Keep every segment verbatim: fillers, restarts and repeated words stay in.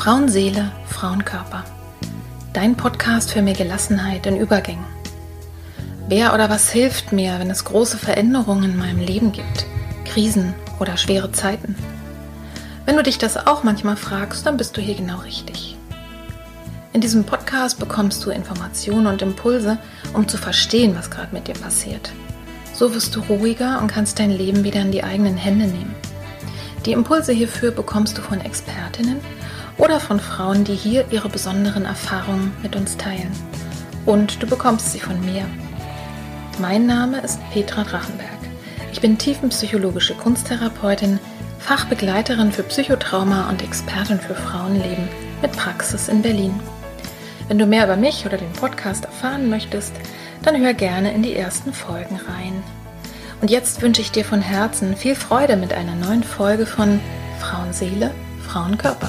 Frauenseele, Frauenkörper. Dein Podcast für mehr Gelassenheit in Übergängen. Wer oder was hilft mir, wenn es große Veränderungen in meinem Leben gibt, Krisen oder schwere Zeiten? Wenn du dich das auch manchmal fragst, dann bist du hier genau richtig. In diesem Podcast bekommst du Informationen und Impulse, um zu verstehen, was gerade mit dir passiert. So wirst du ruhiger und kannst dein Leben wieder in die eigenen Hände nehmen. Die Impulse hierfür bekommst du von Expertinnen oder von Frauen, die hier ihre besonderen Erfahrungen mit uns teilen. Und du bekommst sie von mir. Mein Name ist Petra Drachenberg. Ich bin tiefenpsychologische Kunsttherapeutin, Fachbegleiterin für Psychotrauma und Expertin für Frauenleben mit Praxis in Berlin. Wenn du mehr über mich oder den Podcast erfahren möchtest, dann hör gerne in die ersten Folgen rein. Und jetzt wünsche ich dir von Herzen viel Freude mit einer neuen Folge von Frauenseele, Frauenkörper.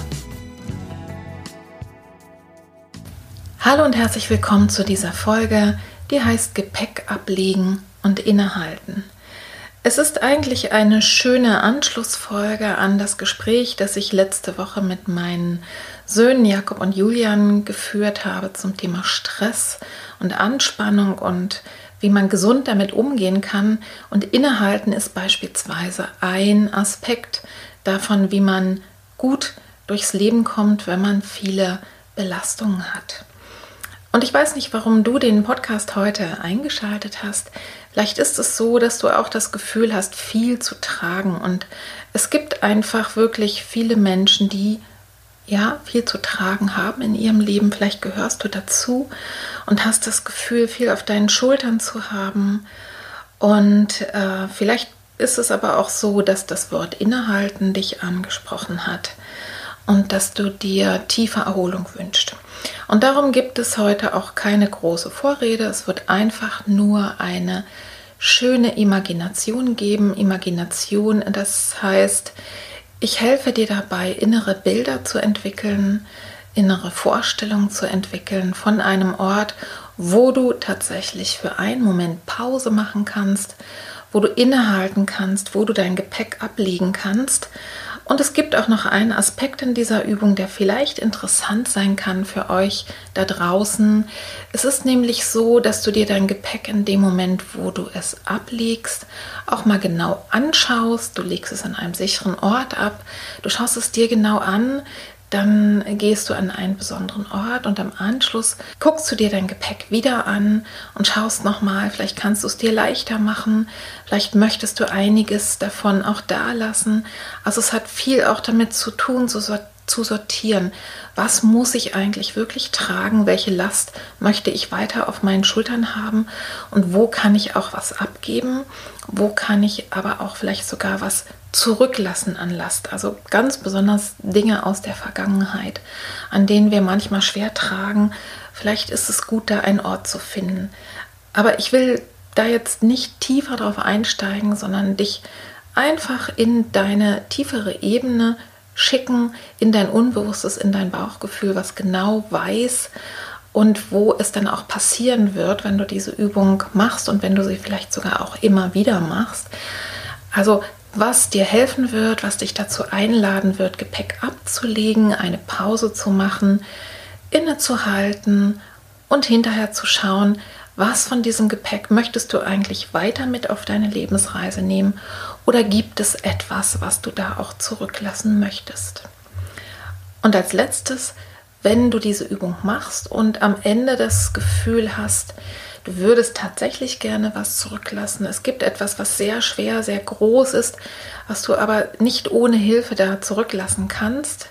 Hallo und herzlich willkommen zu dieser Folge, die heißt Gepäck ablegen und innehalten. Es ist eigentlich eine schöne Anschlussfolge an das Gespräch, das ich letzte Woche mit meinen Söhnen Jakob und Julian geführt habe zum Thema Stress und Anspannung und wie man gesund damit umgehen kann. Und innehalten ist beispielsweise ein Aspekt davon, wie man gut durchs Leben kommt, wenn man viele Belastungen hat. Und ich weiß nicht, warum du den Podcast heute eingeschaltet hast. Vielleicht ist es so, dass du auch das Gefühl hast, viel zu tragen. Und es gibt einfach wirklich viele Menschen, die ja viel zu tragen haben in ihrem Leben. Vielleicht gehörst du dazu und hast das Gefühl, viel auf deinen Schultern zu haben. Und äh, vielleicht ist es aber auch so, dass das Wort Innehalten dich angesprochen hat und dass du dir tiefe Erholung wünschst. Und darum gibt es heute auch keine große Vorrede. Es wird einfach nur eine schöne Imagination geben. Imagination, das heißt, ich helfe dir dabei, innere Bilder zu entwickeln, innere Vorstellungen zu entwickeln von einem Ort, wo du tatsächlich für einen Moment Pause machen kannst, wo du innehalten kannst, wo du dein Gepäck ablegen kannst. Und es gibt auch noch einen Aspekt in dieser Übung, der vielleicht interessant sein kann für euch da draußen. Es ist nämlich so, dass du dir dein Gepäck in dem Moment, wo du es ablegst, auch mal genau anschaust. Du legst es an einem sicheren Ort ab. Du schaust es dir genau an. Dann gehst du an einen besonderen Ort und am Anschluss guckst du dir dein Gepäck wieder an und schaust nochmal, vielleicht kannst du es dir leichter machen, vielleicht möchtest du einiges davon auch da lassen. Also es hat viel auch damit zu tun, zu zu sortieren. Was muss ich eigentlich wirklich tragen? Welche Last möchte ich weiter auf meinen Schultern haben? Und wo kann ich auch was abgeben? Wo kann ich aber auch vielleicht sogar was zurücklassen an Last? Also ganz besonders Dinge aus der Vergangenheit, an denen wir manchmal schwer tragen. Vielleicht ist es gut, da einen Ort zu finden. Aber ich will da jetzt nicht tiefer drauf einsteigen, sondern dich einfach in deine tiefere Ebene schicken, in dein Unbewusstes, in dein Bauchgefühl, was genau weiß und wo es dann auch passieren wird, wenn du diese Übung machst und wenn du sie vielleicht sogar auch immer wieder machst. Also was dir helfen wird, was dich dazu einladen wird, Gepäck abzulegen, eine Pause zu machen, innezuhalten und hinterher zu schauen, was von diesem Gepäck möchtest du eigentlich weiter mit auf deine Lebensreise nehmen oder gibt es etwas, was du da auch zurücklassen möchtest? Und als letztes, wenn du diese Übung machst und am Ende das Gefühl hast, du würdest tatsächlich gerne was zurücklassen, es gibt etwas, was sehr schwer, sehr groß ist, was du aber nicht ohne Hilfe da zurücklassen kannst,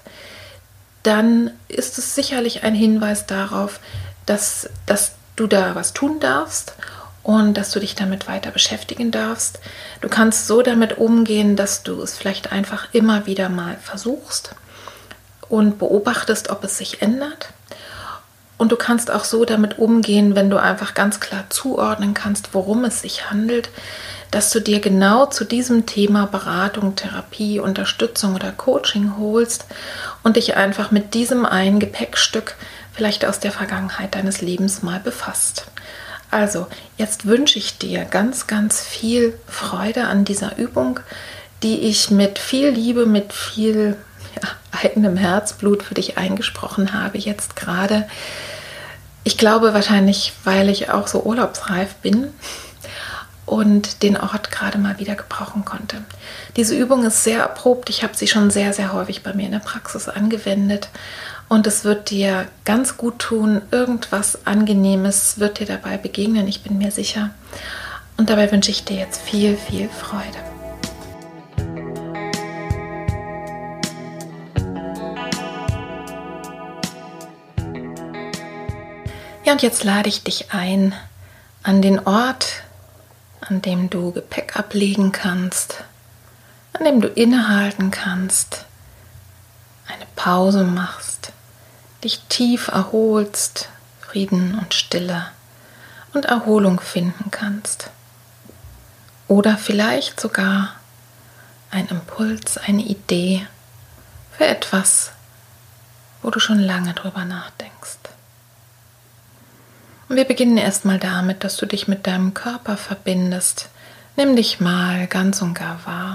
dann ist es sicherlich ein Hinweis darauf, dass, dass du da was tun darfst und dass du dich damit weiter beschäftigen darfst. Du kannst so damit umgehen, dass du es vielleicht einfach immer wieder mal versuchst und beobachtest, ob es sich ändert. Und du kannst auch so damit umgehen, wenn du einfach ganz klar zuordnen kannst, worum es sich handelt, dass du dir genau zu diesem Thema Beratung, Therapie, Unterstützung oder Coaching holst und dich einfach mit diesem einen Gepäckstück vielleicht aus der Vergangenheit deines Lebens mal befasst. Also, jetzt wünsche ich dir ganz, ganz viel Freude an dieser Übung, die ich mit viel Liebe, mit viel ja, eigenem Herzblut für dich eingesprochen habe, jetzt gerade. Ich glaube wahrscheinlich, weil ich auch so urlaubsreif bin und den Ort gerade mal wieder gebrauchen konnte. Diese Übung ist sehr erprobt. Ich habe sie schon sehr, sehr häufig bei mir in der Praxis angewendet. Und es wird dir ganz gut tun. Irgendwas Angenehmes wird dir dabei begegnen, ich bin mir sicher. Und dabei wünsche ich dir jetzt viel, viel Freude. Ja, und jetzt lade ich dich ein an den Ort, an dem du Gepäck ablegen kannst, an dem du innehalten kannst, eine Pause machst, dich tief erholst, Frieden und Stille und Erholung finden kannst. Oder vielleicht sogar ein Impuls, eine Idee für etwas, wo du schon lange drüber nachdenkst. Und wir beginnen erstmal damit, dass du dich mit deinem Körper verbindest. Nimm dich mal ganz und gar wahr.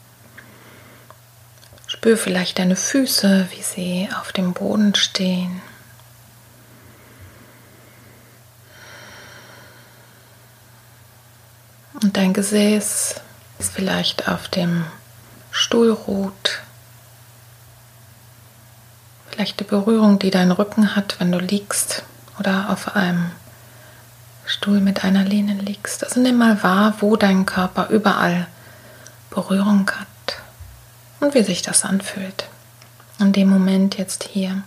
Spür vielleicht deine Füße, wie sie auf dem Boden stehen. Und dein Gesäß ist vielleicht auf dem Stuhl ruht. Vielleicht die Berührung, die dein Rücken hat, wenn du liegst oder auf einem Stuhl mit einer Lehne liegst. Also nimm mal wahr, wo dein Körper überall Berührung hat und wie sich das anfühlt. In dem Moment jetzt hier.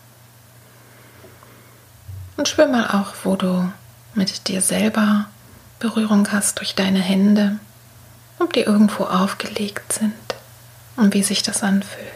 Und spür mal auch, wo du mit dir selber Berührung hast durch deine Hände, ob die irgendwo aufgelegt sind und wie sich das anfühlt.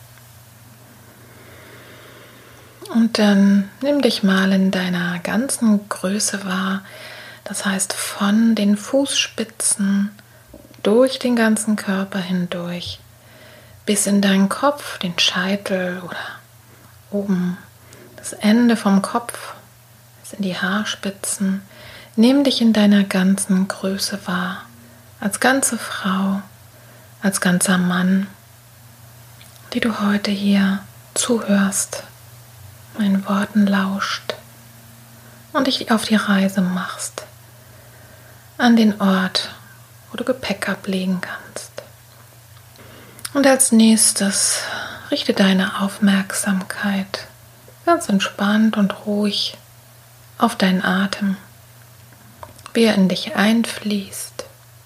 Und dann nimm dich mal in deiner ganzen Größe wahr, das heißt von den Fußspitzen durch den ganzen Körper hindurch bis in deinen Kopf, den Scheitel oder oben das Ende vom Kopf bis in die Haarspitzen. Nimm dich in deiner ganzen Größe wahr, als ganze Frau, als ganzer Mann, die du heute hier zuhörst, meinen Worten lauscht und dich auf die Reise machst, an den Ort, wo du Gepäck ablegen kannst. Und als nächstes richte deine Aufmerksamkeit ganz entspannt und ruhig auf deinen Atem, wie er in dich einfließt.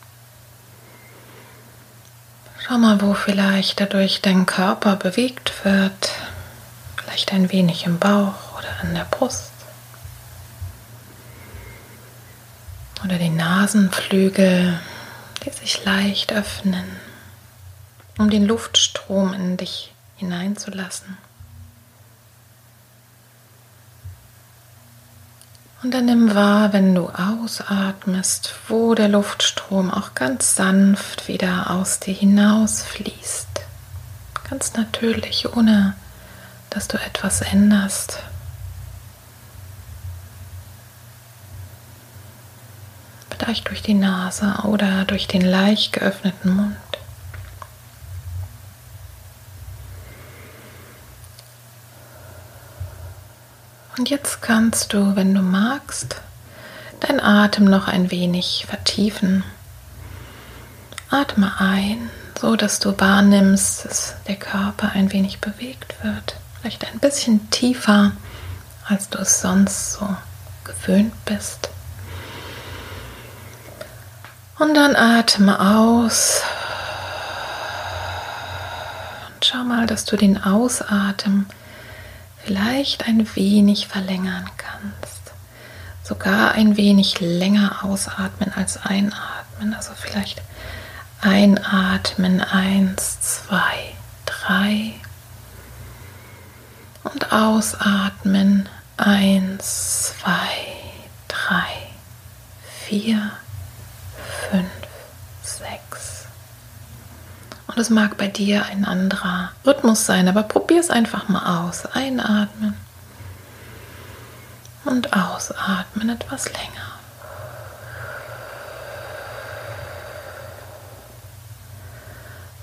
Schau mal, wo vielleicht dadurch dein Körper bewegt wird. Vielleicht ein wenig im Bauch oder an der Brust. Oder die Nasenflügel, die sich leicht öffnen, um den Luftstrom in dich hineinzulassen. Und dann nimm wahr, wenn du ausatmest, wo der Luftstrom auch ganz sanft wieder aus dir hinausfließt. Ganz natürlich, ohne dass du etwas änderst. Vielleicht durch die Nase oder durch den leicht geöffneten Mund. Und jetzt kannst du, wenn du magst, deinen Atem noch ein wenig vertiefen. Atme ein, so dass du wahrnimmst, dass der Körper ein wenig bewegt wird. Vielleicht ein bisschen tiefer, als du es sonst so gewöhnt bist. Und dann atme aus. Und schau mal, dass du den Ausatmen vielleicht ein wenig verlängern kannst. Sogar ein wenig länger ausatmen als einatmen. Also vielleicht einatmen, eins, zwei, drei. Und ausatmen, eins, zwei, drei, vier, fünf, sechs. Und es mag bei dir ein anderer Rhythmus sein, aber probier es einfach mal aus. Einatmen und ausatmen etwas länger.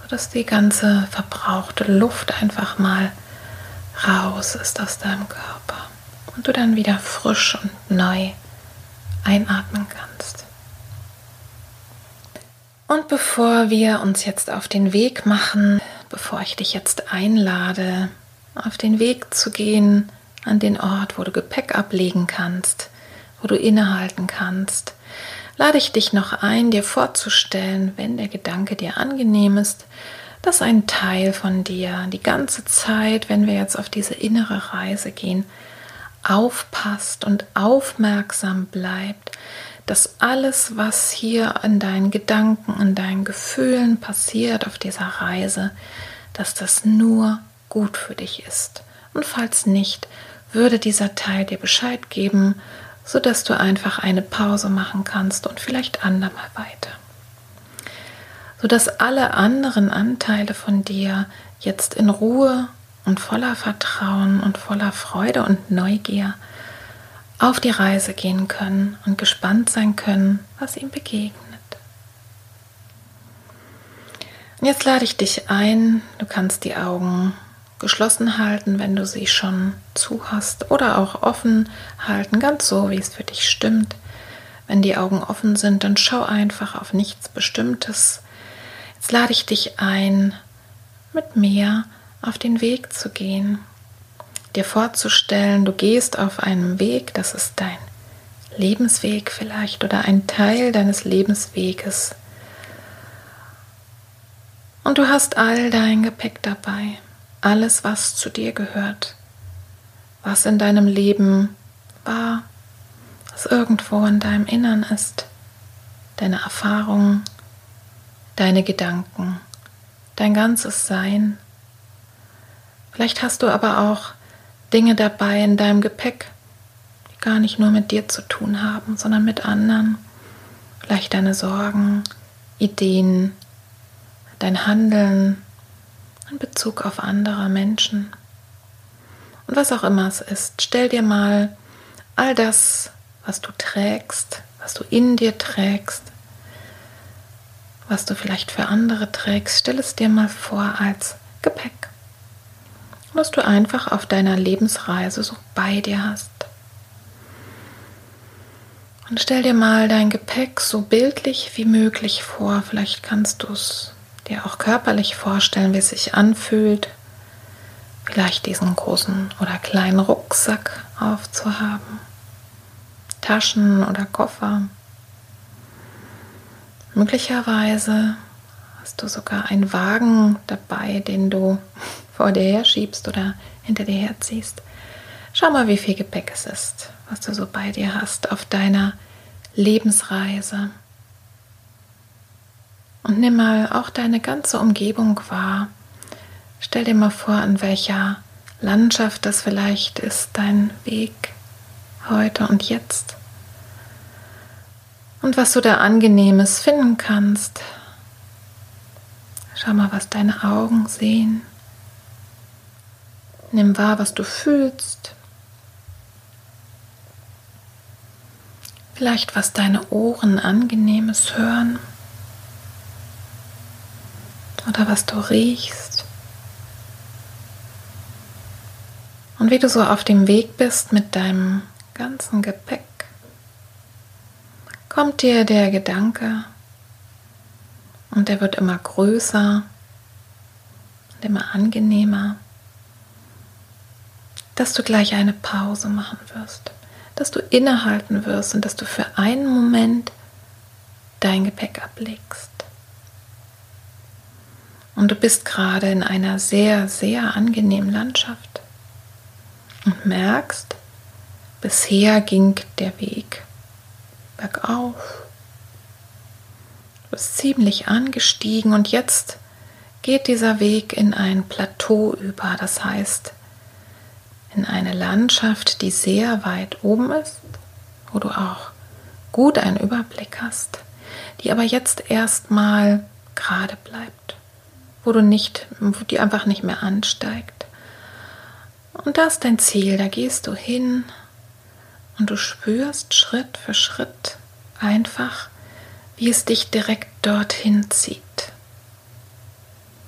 sodass die ganze verbrauchte Luft einfach mal raus ist aus deinem Körper und du dann wieder frisch und neu einatmen kannst. Und bevor wir uns jetzt auf den Weg machen, bevor ich dich jetzt einlade, auf den Weg zu gehen an den Ort, wo du Gepäck ablegen kannst, wo du innehalten kannst, lade ich dich noch ein, dir vorzustellen, wenn der Gedanke dir angenehm ist, dass ein Teil von dir die ganze Zeit, wenn wir jetzt auf diese innere Reise gehen, aufpasst und aufmerksam bleibt, dass alles, was hier in deinen Gedanken, in deinen Gefühlen passiert auf dieser Reise, dass das nur gut für dich ist. Und falls nicht, würde dieser Teil dir Bescheid geben, sodass du einfach eine Pause machen kannst und vielleicht andermal weiter. Sodass alle anderen Anteile von dir jetzt in Ruhe und voller Vertrauen und voller Freude und Neugier auf die Reise gehen können und gespannt sein können, was ihm begegnet. Und jetzt lade ich dich ein, du kannst die Augen geschlossen halten, wenn du sie schon zu hast, oder auch offen halten, ganz so, wie es für dich stimmt. Wenn die Augen offen sind, dann schau einfach auf nichts Bestimmtes. Jetzt lade ich dich ein, mit mir auf den Weg zu gehen. Dir vorzustellen, du gehst auf einem Weg, das ist dein Lebensweg vielleicht oder ein Teil deines Lebensweges. Und du hast all dein Gepäck dabei, alles, was zu dir gehört, was in deinem Leben war, was irgendwo in deinem Innern ist, deine Erfahrungen, deine Gedanken, dein ganzes Sein. Vielleicht hast du aber auch Dinge dabei in deinem Gepäck, die gar nicht nur mit dir zu tun haben, sondern mit anderen. Vielleicht deine Sorgen, Ideen, dein Handeln in Bezug auf andere Menschen. Und was auch immer es ist, stell dir mal all das, was du trägst, was du in dir trägst, was du vielleicht für andere trägst, stell es dir mal vor als Gepäck. Was du einfach auf deiner Lebensreise so bei dir hast. Und stell dir mal dein Gepäck so bildlich wie möglich vor. Vielleicht kannst du es dir auch körperlich vorstellen, wie es sich anfühlt, vielleicht diesen großen oder kleinen Rucksack aufzuhaben, Taschen oder Koffer. Möglicherweise hast du sogar einen Wagen dabei, den du vor dir her schiebst oder hinter dir herziehst. Schau mal, wie viel Gepäck es ist, was du so bei dir hast auf deiner Lebensreise. Und nimm mal auch deine ganze Umgebung wahr. Stell dir mal vor, in welcher Landschaft das vielleicht ist, dein Weg heute und jetzt. Und was du da Angenehmes finden kannst. Schau mal, was deine Augen sehen. Nimm wahr, was du fühlst. Vielleicht, was deine Ohren Angenehmes hören. Oder was du riechst. Und wie du so auf dem Weg bist mit deinem ganzen Gepäck, kommt dir der Gedanke, und der wird immer größer und immer angenehmer, dass du gleich eine Pause machen wirst, dass du innehalten wirst und dass du für einen Moment dein Gepäck ablegst. Und du bist gerade in einer sehr, sehr angenehmen Landschaft und merkst, bisher ging der Weg bergauf. Du bist ziemlich angestiegen und jetzt geht dieser Weg in ein Plateau über, das heißt in eine Landschaft, die sehr weit oben ist, wo du auch gut einen Überblick hast, die aber jetzt erstmal gerade bleibt, wo du nicht, wo die einfach nicht mehr ansteigt. Und das ist dein Ziel, da gehst du hin und du spürst Schritt für Schritt einfach, wie es dich direkt dorthin zieht.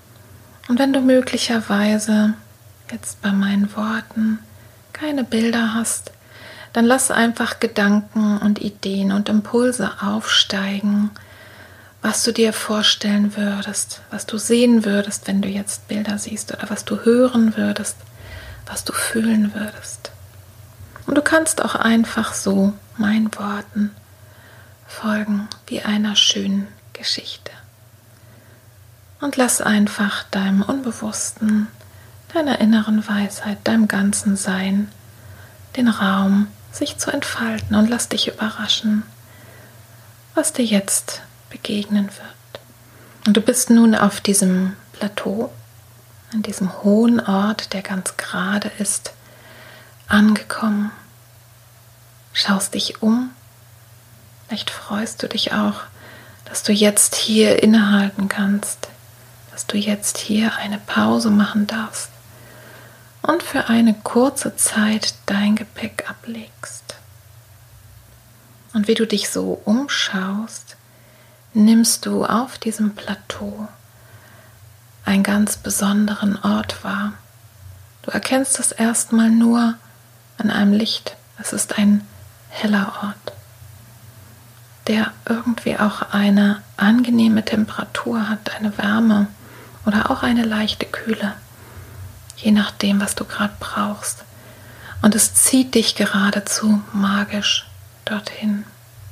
Und wenn du möglicherweise jetzt bei meinen Worten keine Bilder hast, dann lass einfach Gedanken und Ideen und Impulse aufsteigen, was du dir vorstellen würdest, was du sehen würdest, wenn du jetzt Bilder siehst, oder was du hören würdest, was du fühlen würdest. Und du kannst auch einfach so meinen Worten folgen, wie einer schönen Geschichte. Und lass einfach deinem Unbewussten, deiner inneren Weisheit, deinem ganzen Sein den Raum, sich zu entfalten, und lass dich überraschen, was dir jetzt begegnen wird. Und du bist nun auf diesem Plateau, an diesem hohen Ort, der ganz gerade ist, angekommen. Schaust dich um. Vielleicht freust du dich auch, dass du jetzt hier innehalten kannst, dass du jetzt hier eine Pause machen darfst und für eine kurze Zeit dein Gepäck ablegst. Und wie du dich so umschaust, nimmst du auf diesem Plateau einen ganz besonderen Ort wahr. Du erkennst es erstmal nur an einem Licht. Es ist ein heller Ort, der irgendwie auch eine angenehme Temperatur hat, eine Wärme oder auch eine leichte Kühle, je nachdem, was du gerade brauchst. Und es zieht dich geradezu magisch dorthin.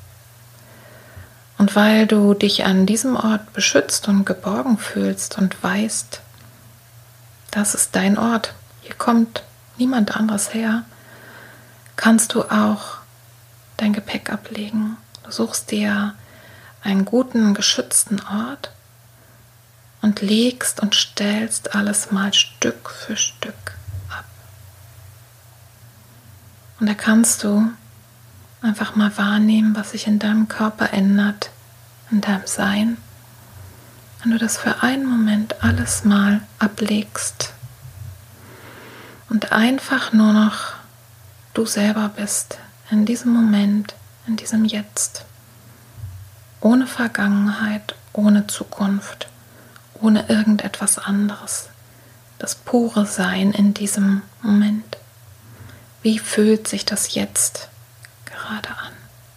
Und weil du dich an diesem Ort beschützt und geborgen fühlst und weißt, das ist dein Ort, hier kommt niemand anderes her, kannst du auch dein Gepäck ablegen. Du suchst dir einen guten, geschützten Ort und legst und stellst alles mal Stück für Stück ab. Und da kannst du einfach mal wahrnehmen, was sich in deinem Körper ändert, in deinem Sein, wenn du das für einen Moment alles mal ablegst und einfach nur noch du selber bist, in diesem Moment, in diesem Jetzt, ohne Vergangenheit, ohne Zukunft, ohne irgendetwas anderes, das pure Sein in diesem Moment. Wie fühlt sich das jetzt gerade an?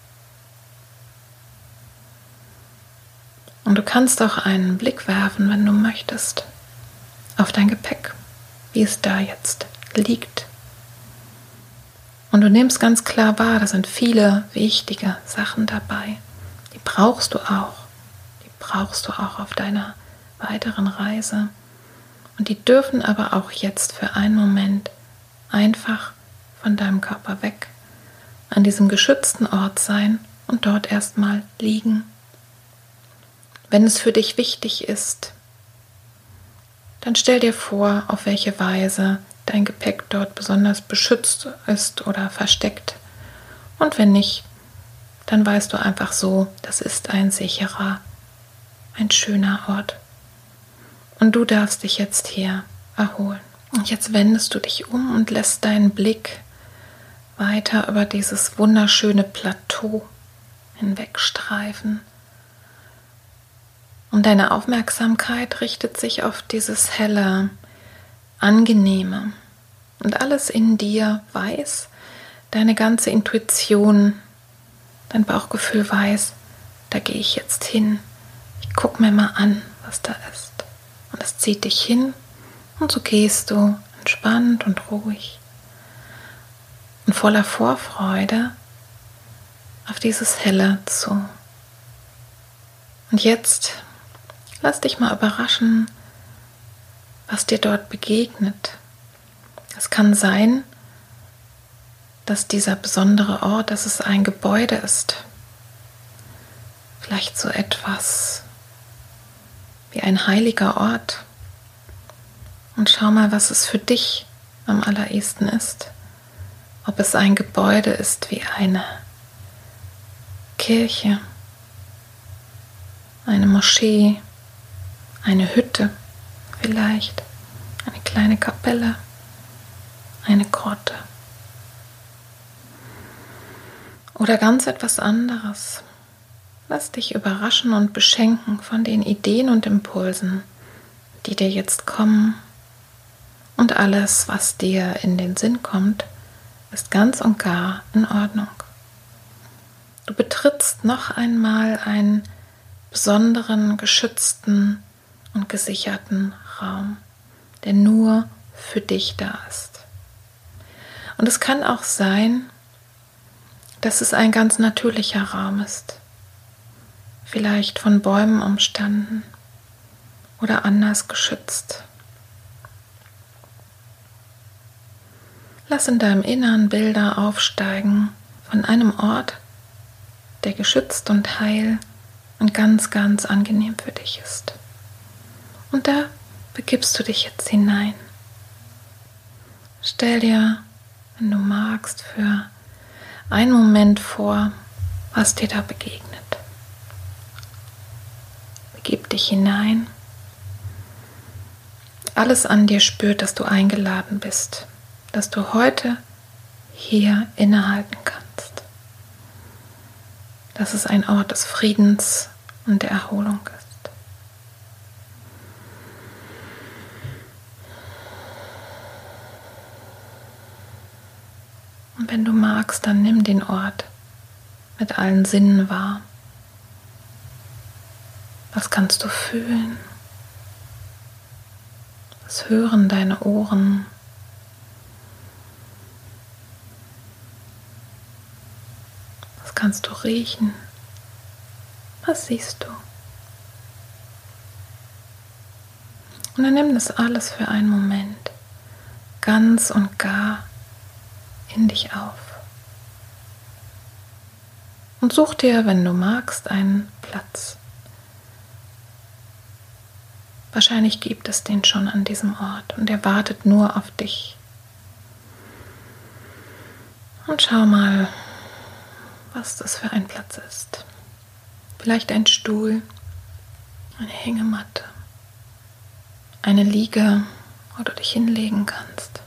Und du kannst auch einen Blick werfen, wenn du möchtest, auf dein Gepäck, wie es da jetzt liegt. Und du nimmst ganz klar wahr, da sind viele wichtige Sachen dabei. Die brauchst du auch. Die brauchst du auch auf deiner weiteren Reise. Und die dürfen aber auch jetzt für einen Moment einfach von deinem Körper weg, an diesem geschützten Ort sein und dort erstmal liegen. Wenn es für dich wichtig ist, dann stell dir vor, auf welche Weise dein Gepäck dort besonders beschützt ist oder versteckt. Und wenn nicht, dann weißt du einfach so, das ist ein sicherer, ein schöner Ort. Und du darfst dich jetzt hier erholen. Und jetzt wendest du dich um und lässt deinen Blick weiter über dieses wunderschöne Plateau hinwegstreifen. Und deine Aufmerksamkeit richtet sich auf dieses helle, angenehme. Und alles in dir weiß, deine ganze Intuition, dein Bauchgefühl weiß, da gehe ich jetzt hin. Ich gucke mir mal an, was da ist. Und es zieht dich hin und so gehst du entspannt und ruhig und voller Vorfreude auf dieses Helle zu. Und jetzt lass dich mal überraschen, was dir dort begegnet. Es kann sein, dass dieser besondere Ort, dass es ein Gebäude ist. Vielleicht so etwas wie ein heiliger Ort. Und schau mal, was es für dich am allerersten ist. Ob es ein Gebäude ist wie eine Kirche, eine Moschee, eine Hütte vielleicht, eine kleine Kapelle, eine Grotte oder ganz etwas anderes. Lass dich überraschen und beschenken von den Ideen und Impulsen, die dir jetzt kommen, und alles, was dir in den Sinn kommt, ist ganz und gar in Ordnung. Du betrittst noch einmal einen besonderen, geschützten und gesicherten Raum, der nur für dich da ist. Und es kann auch sein, dass es ein ganz natürlicher Raum ist, vielleicht von Bäumen umstanden oder anders geschützt. Lass in deinem Innern Bilder aufsteigen von einem Ort, der geschützt und heil und ganz, ganz angenehm für dich ist. Und da begibst du dich jetzt hinein. Stell dir, wenn du magst, für einen Moment vor, was dir da begegnet. Begib dich hinein. Alles an dir spürt, dass du eingeladen bist, dass du heute hier innehalten kannst. Dass es ein Ort des Friedens und der Erholung ist. Und wenn du magst, dann nimm den Ort mit allen Sinnen wahr. Was kannst du fühlen? Was hören deine Ohren? Was kannst du riechen? Was siehst du? Und dann nimm das alles für einen Moment ganz und gar in dich auf. Und such dir, wenn du magst, einen Platz. Wahrscheinlich gibt es den schon an diesem Ort und er wartet nur auf dich. Und schau mal, was das für ein Platz ist. Vielleicht ein Stuhl, eine Hängematte, eine Liege, wo du dich hinlegen kannst.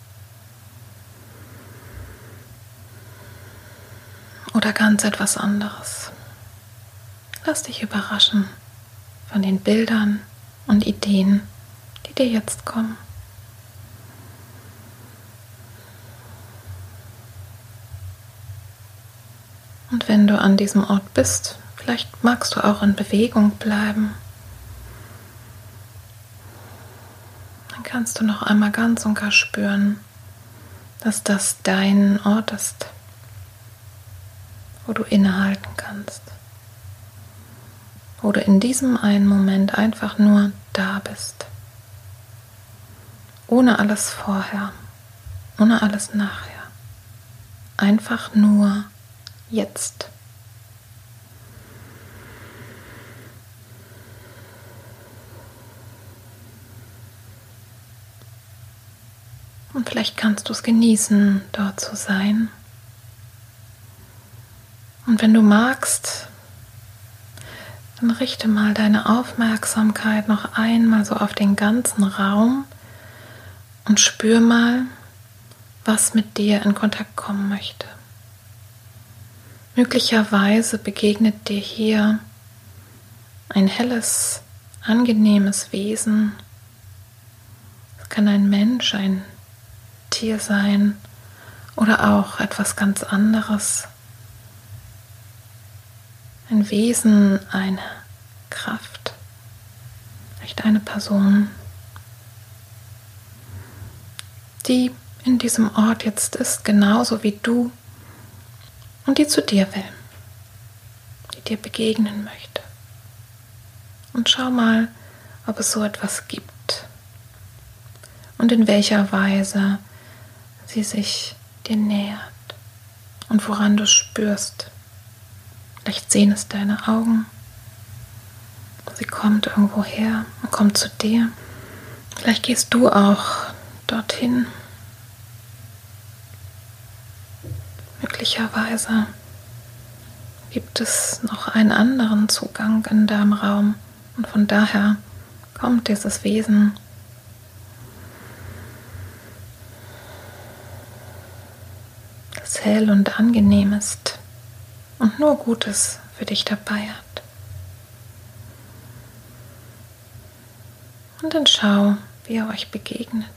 Oder ganz etwas anderes. Lass dich überraschen von den Bildern und Ideen, die dir jetzt kommen. Und wenn du an diesem Ort bist, vielleicht magst du auch in Bewegung bleiben. Dann kannst du noch einmal ganz und gar spüren, dass das dein Ort ist, wo du innehalten kannst. Wo du in diesem einen Moment einfach nur da bist. Ohne alles vorher, ohne alles nachher. Einfach nur jetzt. Und vielleicht kannst du es genießen, dort zu sein. Und wenn du magst, dann richte mal deine Aufmerksamkeit noch einmal so auf den ganzen Raum und spür mal, was mit dir in Kontakt kommen möchte. Möglicherweise begegnet dir hier ein helles, angenehmes Wesen. Es kann ein Mensch, ein Tier sein oder auch etwas ganz anderes. Ein Wesen, eine Kraft, vielleicht eine Person, die in diesem Ort jetzt ist, genauso wie du und die zu dir will, die dir begegnen möchte. Und schau mal, ob es so etwas gibt und in welcher Weise sie sich dir nähert und woran du spürst. Vielleicht sehen es deine Augen. Sie kommt irgendwo her und kommt zu dir. Vielleicht gehst du auch dorthin. Möglicherweise gibt es noch einen anderen Zugang in deinem Raum und von daher kommt dieses Wesen. Das hell und angenehm ist und nur Gutes für dich dabei hat. Und dann schau, wie er euch begegnet.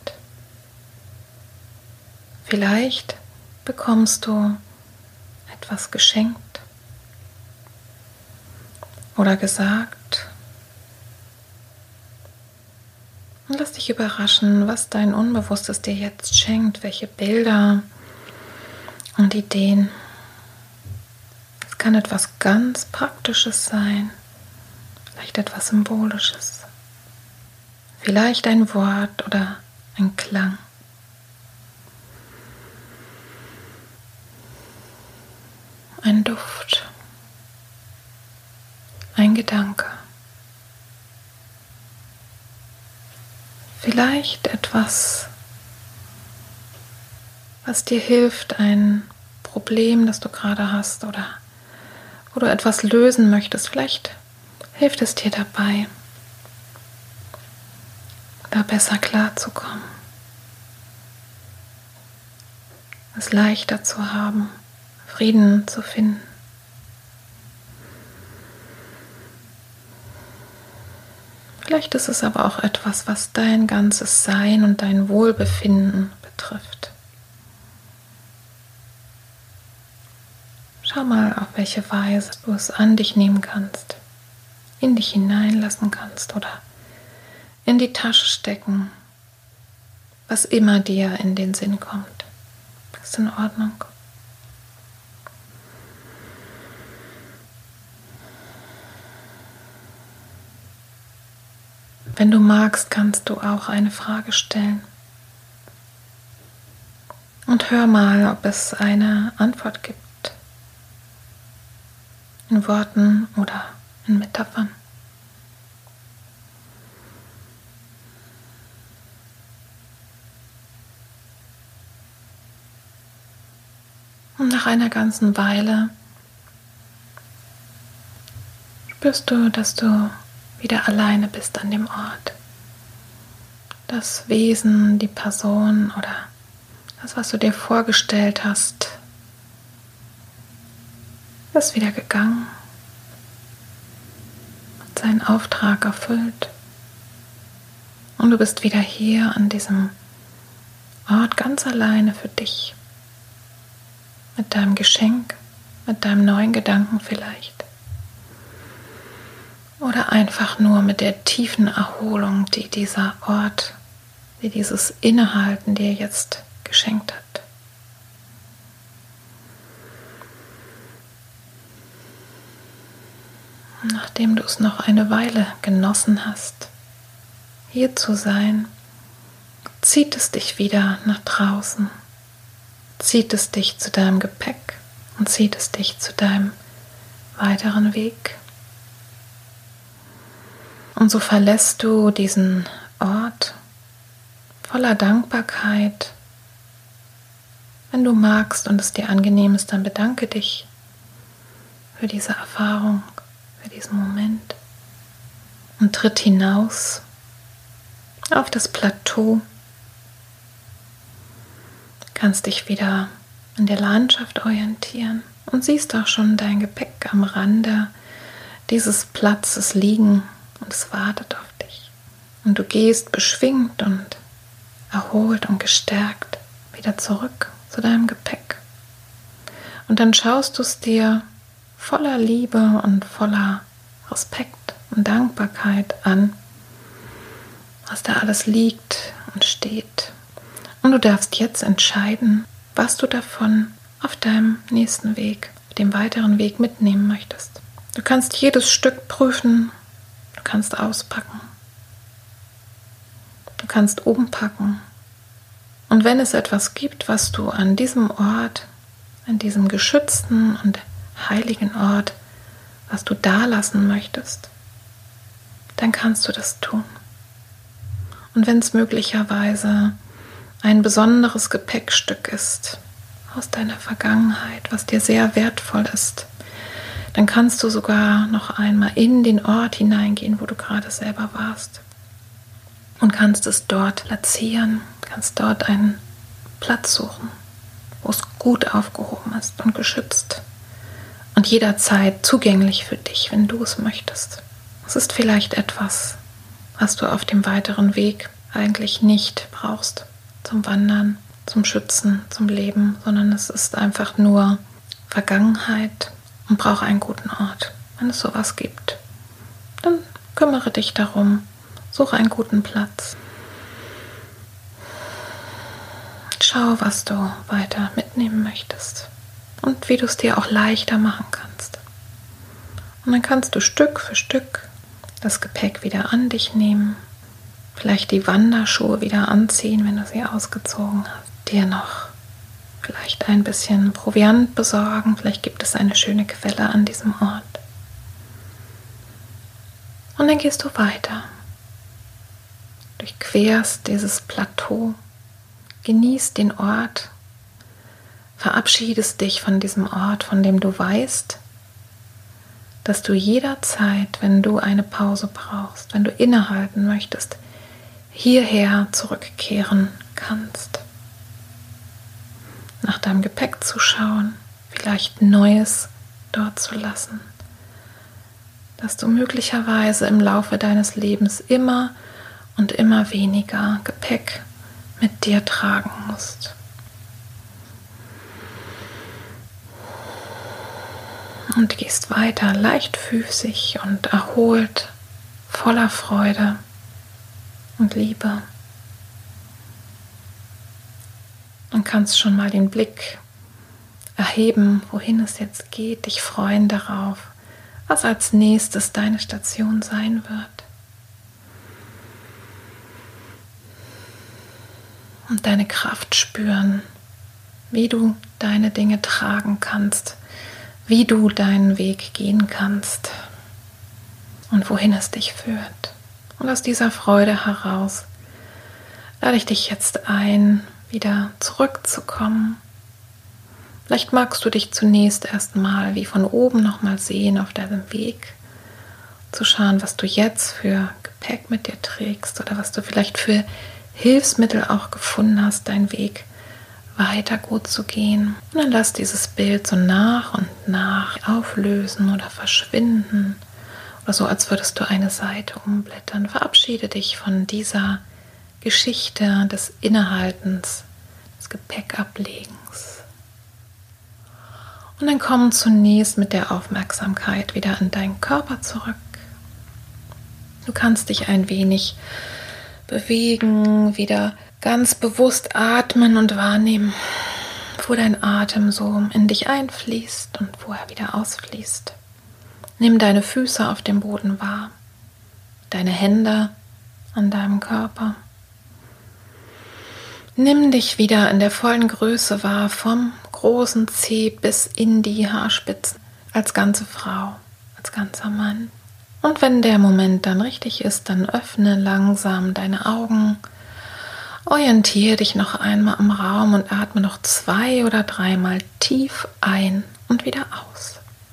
Vielleicht bekommst du etwas geschenkt oder gesagt. Und lass dich überraschen, was dein Unbewusstes dir jetzt schenkt, welche Bilder und Ideen. Es kann etwas ganz Praktisches sein, vielleicht etwas Symbolisches, vielleicht ein Wort oder ein Klang. Ein Duft, ein Gedanke, vielleicht etwas, was dir hilft, ein Problem, das du gerade hast oder wo du etwas lösen möchtest. Vielleicht hilft es dir dabei, da besser klarzukommen, es leichter zu haben, Frieden zu finden. Vielleicht ist es aber auch etwas, was dein ganzes Sein und dein Wohlbefinden betrifft. Schau mal, auf welche Weise du es an dich nehmen kannst, in dich hineinlassen kannst oder in die Tasche stecken, was immer dir in den Sinn kommt. Ist in Ordnung. Wenn du magst, kannst du auch eine Frage stellen. Und hör mal, ob es eine Antwort gibt. In Worten oder in Metaphern. Und nach einer ganzen Weile spürst du, dass du wieder alleine bist an dem Ort. Das Wesen, die Person oder das, was du dir vorgestellt hast, ist wieder gegangen, hat seinen Auftrag erfüllt und du bist wieder hier an diesem Ort ganz alleine für dich, mit deinem Geschenk, mit deinem neuen Gedanken vielleicht. Oder einfach nur mit der tiefen Erholung, die dieser Ort, die dieses Innehalten dir jetzt geschenkt hat. Und nachdem du es noch eine Weile genossen hast, hier zu sein, zieht es dich wieder nach draußen, zieht es dich zu deinem Gepäck und zieht es dich zu deinem weiteren Weg. Und so verlässt du diesen Ort voller Dankbarkeit. Wenn du magst und es dir angenehm ist, dann bedanke dich für diese Erfahrung, für diesen Moment und tritt hinaus auf das Plateau. Du kannst dich wieder in der Landschaft orientieren und siehst auch schon dein Gepäck am Rande dieses Platzes liegen. Und es wartet auf dich. Und du gehst beschwingt und erholt und gestärkt wieder zurück zu deinem Gepäck. Und dann schaust du es dir voller Liebe und voller Respekt und Dankbarkeit an, was da alles liegt und steht. Und du darfst jetzt entscheiden, was du davon auf deinem nächsten Weg, auf dem weiteren Weg mitnehmen möchtest. Du kannst jedes Stück prüfen. Du kannst auspacken. Du kannst oben packen. Und wenn es etwas gibt, was du an diesem Ort, an diesem geschützten und heiligen Ort, was du da lassen möchtest, dann kannst du das tun. Und wenn es möglicherweise ein besonderes Gepäckstück ist aus deiner Vergangenheit, was dir sehr wertvoll ist, dann kannst du sogar noch einmal in den Ort hineingehen, wo du gerade selber warst und kannst es dort platzieren, kannst dort einen Platz suchen, wo es gut aufgehoben ist und geschützt und jederzeit zugänglich für dich, wenn du es möchtest. Es ist vielleicht etwas, was du auf dem weiteren Weg eigentlich nicht brauchst zum Wandern, zum Schützen, zum Leben, sondern es ist einfach nur Vergangenheit und braucht einen guten Ort. Wenn es sowas gibt, dann kümmere dich darum, suche einen guten Platz. Schau, was du weiter mitnehmen möchtest und wie du es dir auch leichter machen kannst. Und dann kannst du Stück für Stück das Gepäck wieder an dich nehmen, vielleicht die Wanderschuhe wieder anziehen, wenn du sie ausgezogen hast, dir noch vielleicht ein bisschen Proviant besorgen, vielleicht gibt es eine schöne Quelle an diesem Ort. Und dann gehst du weiter, durchquerst dieses Plateau, genießt den Ort, verabschiedest dich von diesem Ort, von dem du weißt, dass du jederzeit, wenn du eine Pause brauchst, wenn du innehalten möchtest, hierher zurückkehren kannst. Nach deinem Gepäck zu schauen, vielleicht Neues dort zu lassen, dass du möglicherweise im Laufe deines Lebens immer und immer weniger Gepäck mit dir tragen musst. Und gehst weiter leichtfüßig und erholt, voller Freude und Liebe. Und kannst schon mal den Blick erheben, wohin es jetzt geht, dich freuen darauf, was als nächstes deine Station sein wird. Und deine Kraft spüren, wie du deine Dinge tragen kannst, wie du deinen Weg gehen kannst und wohin es dich führt. Und aus dieser Freude heraus lade ich dich jetzt ein, wieder zurückzukommen. Vielleicht magst du dich zunächst erstmal wie von oben nochmal sehen auf deinem Weg, zu schauen, was du jetzt für Gepäck mit dir trägst oder was du vielleicht für Hilfsmittel auch gefunden hast, deinen Weg weiter gut zu gehen. Und dann lass dieses Bild so nach und nach auflösen oder verschwinden oder so, als würdest du eine Seite umblättern. Verabschiede dich von dieser Geschichte des Innehaltens, des Gepäckablegens. Und dann komm zunächst mit der Aufmerksamkeit wieder in deinen Körper zurück. Du kannst dich ein wenig bewegen, wieder ganz bewusst atmen und wahrnehmen, wo dein Atem so in dich einfließt und wo er wieder ausfließt. Nimm deine Füße auf dem Boden wahr, deine Hände an deinem Körper. Nimm dich wieder in der vollen Größe wahr, vom großen Zeh bis in die Haarspitzen, als ganze Frau, als ganzer Mann. Und wenn der Moment dann richtig ist, dann öffne langsam deine Augen, orientiere dich noch einmal im Raum und atme noch zwei oder dreimal tief ein und wieder aus.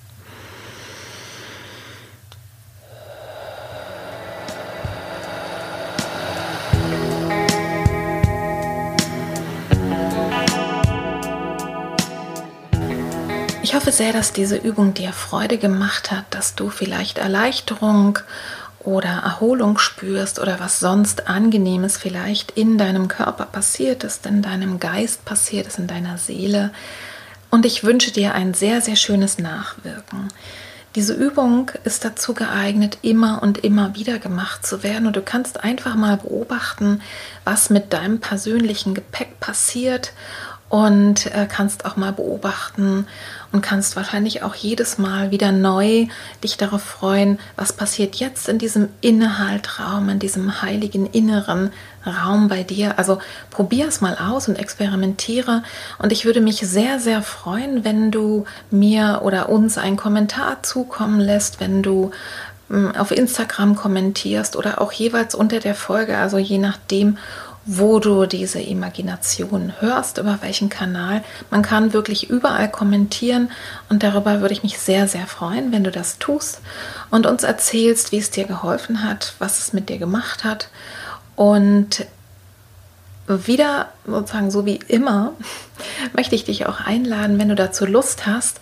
Ich hoffe sehr, dass diese Übung dir Freude gemacht hat, dass du vielleicht Erleichterung oder Erholung spürst oder was sonst Angenehmes vielleicht in deinem Körper passiert ist, in deinem Geist passiert ist, in deiner Seele. Und ich wünsche dir ein sehr, sehr schönes Nachwirken. Diese Übung ist dazu geeignet, immer und immer wieder gemacht zu werden. Und du kannst einfach mal beobachten, was mit deinem persönlichen Gepäck passiert. Und äh, kannst auch mal beobachten und kannst wahrscheinlich auch jedes Mal wieder neu dich darauf freuen, was passiert jetzt in diesem Innehaltraum, in diesem heiligen inneren Raum bei dir. Also probier es mal aus und experimentiere. Und ich würde mich sehr, sehr freuen, wenn du mir oder uns einen Kommentar zukommen lässt, wenn du ähm, auf Instagram kommentierst oder auch jeweils unter der Folge, also je nachdem, wo du diese Imagination hörst, über welchen Kanal. Man kann wirklich überall kommentieren und darüber würde ich mich sehr, sehr freuen, wenn du das tust und uns erzählst, wie es dir geholfen hat, was es mit dir gemacht hat. Und wieder sozusagen so wie immer möchte ich dich auch einladen, wenn du dazu Lust hast,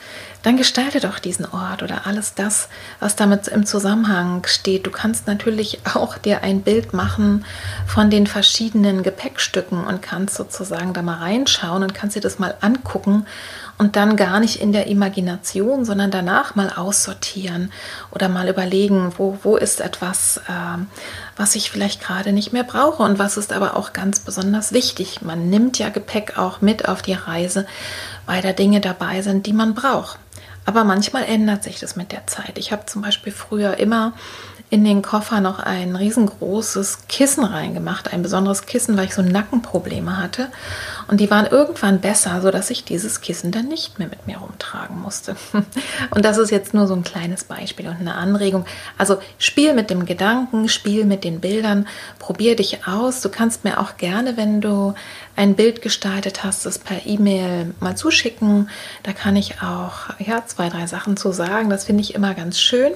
dann gestalte doch diesen Ort oder alles das, was damit im Zusammenhang steht. Du kannst natürlich auch dir ein Bild machen von den verschiedenen Gepäckstücken und kannst sozusagen da mal reinschauen und kannst dir das mal angucken und dann gar nicht in der Imagination, sondern danach mal aussortieren oder mal überlegen, wo, wo ist etwas, äh, was ich vielleicht gerade nicht mehr brauche und was ist aber auch ganz besonders wichtig. Man nimmt ja Gepäck auch mit auf die Reise, weil da Dinge dabei sind, die man braucht. Aber manchmal ändert sich das mit der Zeit. Ich habe zum Beispiel früher immer in den Koffer noch ein riesengroßes Kissen reingemacht, ein besonderes Kissen, weil ich so Nackenprobleme hatte. Und die waren irgendwann besser, sodass ich dieses Kissen dann nicht mehr mit mir rumtragen musste. Und das ist jetzt nur so ein kleines Beispiel und eine Anregung. Also spiel mit dem Gedanken, spiel mit den Bildern, probier dich aus. Du kannst mir auch gerne, wenn du ein Bild gestaltet hast, das per E-Mail mal zuschicken. Da kann ich auch ja, zwei, drei Sachen zu sagen. Das finde ich immer ganz schön.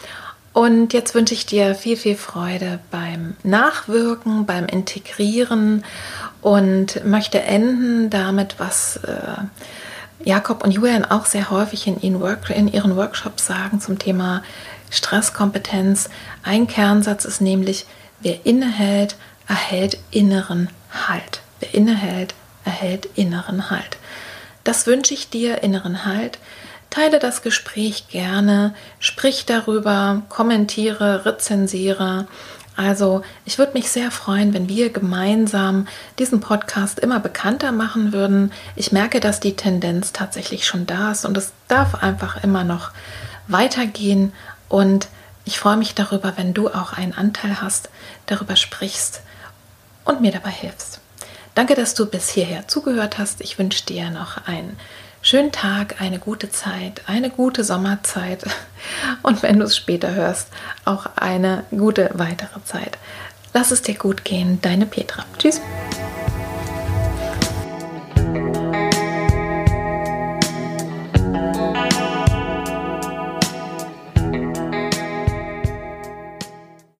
Und jetzt wünsche ich dir viel, viel Freude beim Nachwirken, beim Integrieren und möchte enden damit, was äh, Jakob und Julian auch sehr häufig in ihren, Work- in ihren Workshops sagen zum Thema Stresskompetenz. Ein Kernsatz ist nämlich, wer innehält, erhält inneren Halt. Wer innehält, erhält inneren Halt. Das wünsche ich dir, inneren Halt. Teile das Gespräch gerne, sprich darüber, kommentiere, rezensiere. Also ich würde mich sehr freuen, wenn wir gemeinsam diesen Podcast immer bekannter machen würden. Ich merke, dass die Tendenz tatsächlich schon da ist und es darf einfach immer noch weitergehen. Und ich freue mich darüber, wenn du auch einen Anteil hast, darüber sprichst und mir dabei hilfst. Danke, dass du bis hierher zugehört hast. Ich wünsche dir noch einen schönen Tag, eine gute Zeit, eine gute Sommerzeit und wenn du es später hörst, auch eine gute weitere Zeit. Lass es dir gut gehen, deine Petra. Tschüss.